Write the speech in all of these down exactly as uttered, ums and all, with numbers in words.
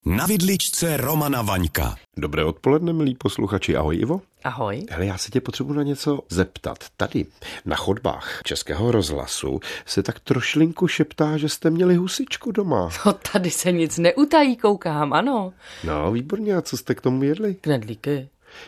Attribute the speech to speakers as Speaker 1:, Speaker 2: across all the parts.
Speaker 1: Na vidličce Romana Vaňka.
Speaker 2: Dobré odpoledne, milí posluchači. Ahoj, Ivo.
Speaker 3: Ahoj.
Speaker 2: Hele, já se tě potřebuji na něco zeptat. Tady na chodbách Českého rozhlasu se tak trošlinku šeptá, že jste měli husičku doma.
Speaker 3: No, tady se nic neutají, koukám, ano.
Speaker 2: No, výborně. A co jste k tomu jedli?
Speaker 3: Knedlíky.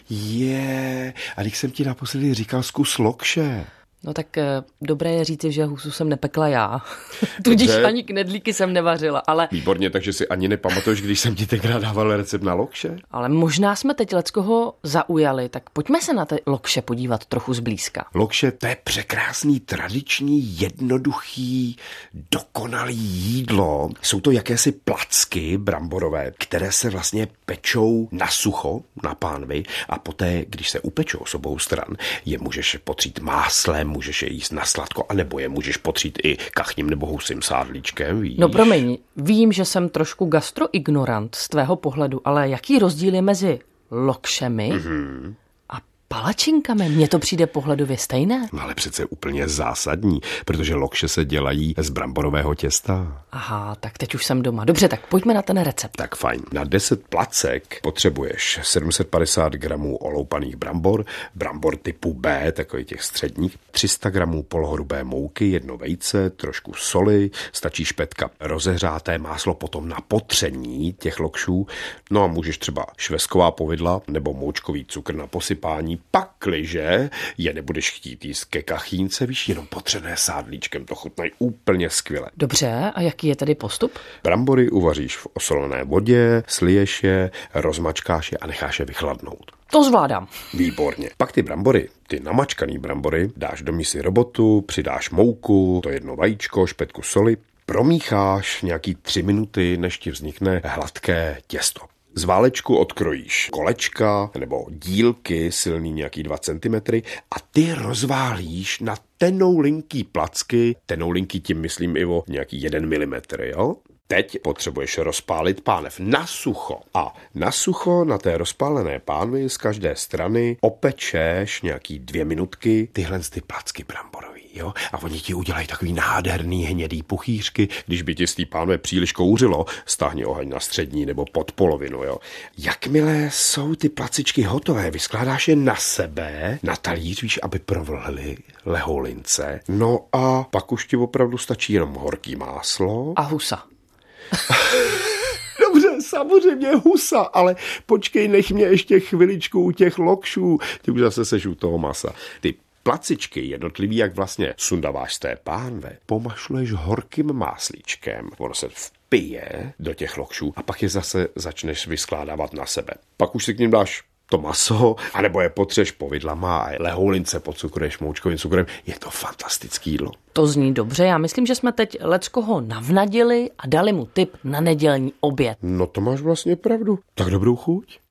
Speaker 2: Je, a když jsem ti naposledy říkal zkus lokše.
Speaker 3: No tak dobré je říct, že husu jsem nepekla já. Tudíž
Speaker 2: Dobře.
Speaker 3: ani knedlíky jsem nevařila, ale...
Speaker 2: Výborně, takže si ani nepamatuješ, když jsem ti tenkrát dával recept na lokše?
Speaker 3: Ale možná jsme teď leckoho zaujali, tak pojďme se na ty lokše podívat trochu zblízka.
Speaker 2: Lokše, to je překrásný, tradiční, jednoduchý, dokonalý jídlo. Jsou to jakési placky bramborové, které se vlastně pečou na sucho, na pánvi, a poté, když se upečou z obou stran, je můžeš potřít máslem, můžeš je jíst na sladko, anebo je můžeš potřít i kachním nebo husím sádlíčkem, víš?
Speaker 3: No promiň, vím, že jsem trošku gastroignorant z tvého pohledu, ale jaký rozdíl je mezi lokšemi mm-hmm. a palačinkami? Mně to přijde pohledově stejné.
Speaker 2: No ale přece úplně zásadní, protože lokše se dělají z bramborového těsta.
Speaker 3: Aha, tak teď už jsem doma. Dobře, tak pojďme na ten recept.
Speaker 2: Tak fajn. Na deset placek potřebuješ sedm set padesát gramů oloupaných brambor, brambor typu B, takový těch středních, tři sta gramů polohrubé mouky, jedno vejce, trošku soli, stačí špetka rozehřáté máslo potom na potření těch lokšů, no a můžeš třeba švestková povidla nebo moučkový cukr na posypání, pakliže je nebudeš chtít jíst ke kachínce, víš, jenom potřené sádlíčkem, to chutnají úplně skvěle.
Speaker 3: Dobře, a jaký je tedy postup?
Speaker 2: Brambory uvaříš v osolené vodě, sliješ je, rozmačkáš je a necháš je vychladnout.
Speaker 3: To zvládám.
Speaker 2: Výborně. Pak ty brambory, ty namačkaný brambory, dáš do misy robotu, přidáš mouku, to jedno vajíčko, špetku soli, promícháš nějaký tři minuty, než ti vznikne hladké těsto. Z válečku odkrojíš kolečka nebo dílky silný nějaký dva centimetry a ty rozválíš na tenoulinký placky, tenoulinký tím myslím, Ivo, nějaký jeden milimetr, jo? Teď potřebuješ rozpálit pánev na sucho a na sucho na té rozpálené pánvi z každé strany opečeš nějaký dvě minutky tyhle ty placky bramborový, jo? A oni ti udělají takový nádherný hnědý puchýřky. Když by ti z té pánve příliš kouřilo, stáhni oheň na střední nebo pod polovinu, jo? Jakmile jsou ty placičky hotové, vyskládáš je na sebe, na talíř, víš, aby provlhly lehoulince. No a pak už ti opravdu stačí jenom horký máslo.
Speaker 3: A husa.
Speaker 2: Dobře, samozřejmě husa, ale počkej, nech mě ještě chviličku u těch lokšů. Ty už zase seš u toho masa. Ty placičky jednotlivý, jak vlastně sundaváš z té pánve, pomašluješ horkým máslíčkem. Ono se vpije do těch lokšů a pak je zase začneš vyskládávat na sebe. Pak už si k ním dáš to maso, anebo je potřeš povidlama a lehoulince pocukruješ moučkovým cukrem. Je to fantastický jídlo.
Speaker 3: To zní dobře, já myslím, že jsme teď leckoho navnadili a dali mu tip na nedělní oběd.
Speaker 2: No to máš vlastně pravdu. Tak dobrou chuť.